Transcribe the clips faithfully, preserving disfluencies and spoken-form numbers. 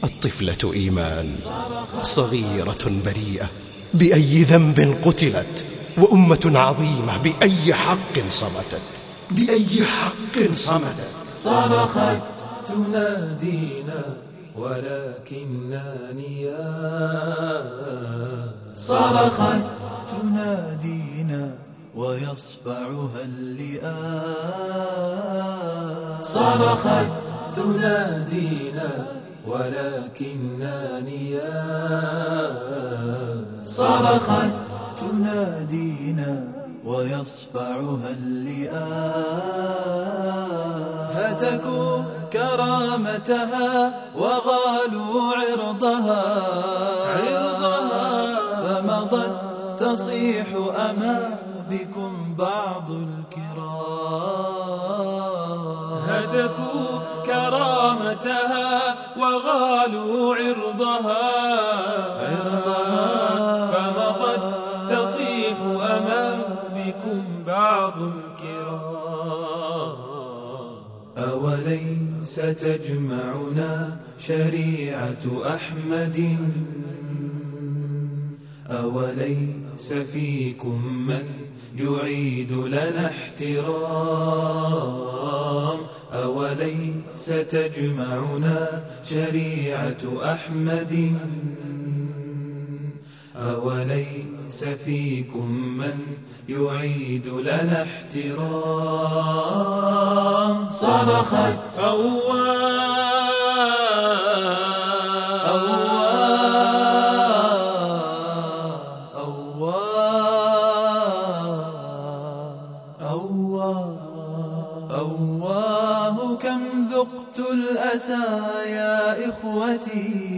الطفلة إيمان صغيرة بريئة بأي ذنب قتلت، وأمة عظيمة بأي حق صمتت، بأي حق صمتت. صرخت تنادينا ولكننا نيام، صرخت تنادينا ويصفعها اللئام، صرخت تنادينا ولكننا نيام، صرخت تنادينا ويصفعها اللئام، هتكوا كرامتها وغالوا عرضها، عرضها فمضت تصيح أما بكم بعض الكرام، هتكوا كرامتها وغالوا عرضها، عرضها فمضت تصيح أمامكم بعض الكرام. أوليس تجمعنا شريعة أحمد، أوليس فيكم من يعيد لنا احترام، أوليس تجمعنا شريعة أحمد، أوليس فيكم من يعيد لنا احترام. صرخت أواه أواه كم ذقت الأسى يا إخوتي،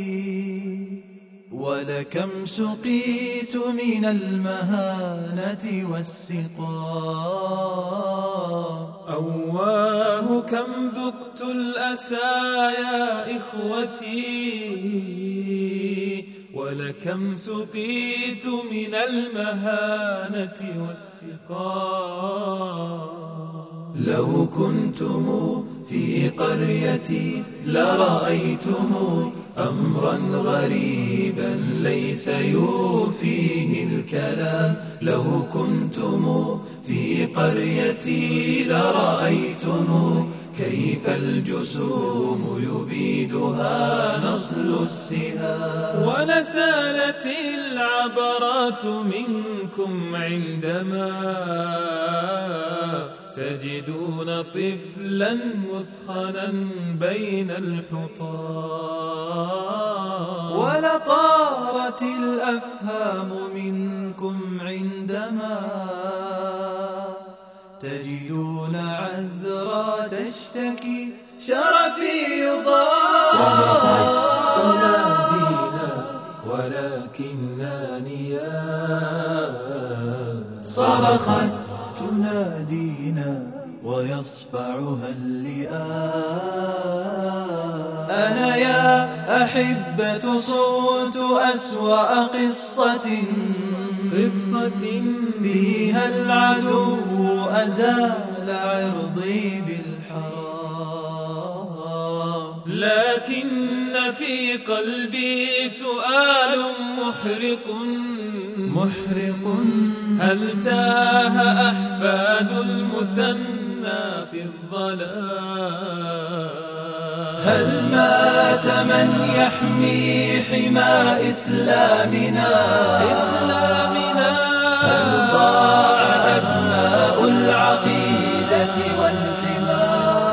ولكم سقيت من المهانة والسقام. أواه كم ذقت الأسى يا إخوتي، ولكم سقيت من المهانة والسقام. لو كنتم في قريتي لرأيتم أمرا غريبا ليس يوفيه الكلام، لو كنتم في قريتي لرأيتم كيف الجسوم يبيدها نصل السهام، ولسالت العبرات منكم عندما تجدون طفلا مثخنا بين الحطام، ولطارت الأفهام منكم عندما تجدون عذرا تشتكي شرفي يضام. صرخت تنادينا ولكننا نيام، صرخت تنادينا ويصفعها اللئام. أنا يا أحبة صوت أسوأ قصة، قصة فيها العدو أزال عرضي بالحرام، لكن في قلبي سؤال محرق محرق هل تاه أحفاد المثنى في الظلام؟ هل مات من يحمي حمى إسلامنا؟ إسلامنا هل ضاع أبناء العقيدة والحمى؟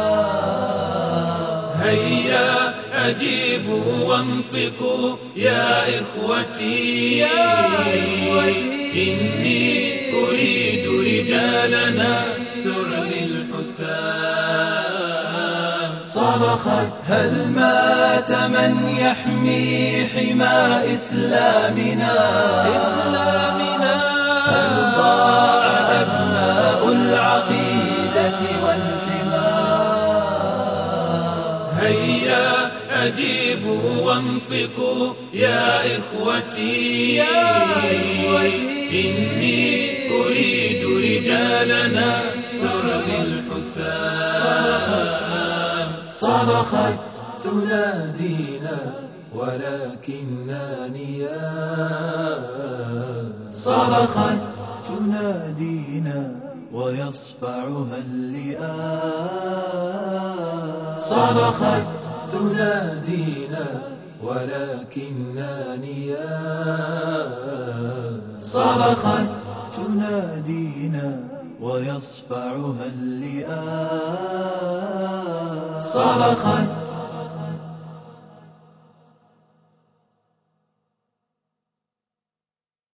هيا أجيبوا وانطقوا يا إخوتي، يا إخوتي إني أريد رجالنا تعلي الحسام. صرخت هل مات من يحمي حمى إسلامنا؟ إسلامنا هل ضاع أبناء العقيدة والحمى؟ هيا أجيبوا وانطقوا يا إخوتي، يا إخوتي إني أريد رجالنا تعلي الحسام. صرخت تنادينا ولكننا نيام. صرخت تنادينا ويصفعها اللئام. صرخت تنادينا ولكننا نيام. صرخت تنادينا ويصفعها اللئام. صرخت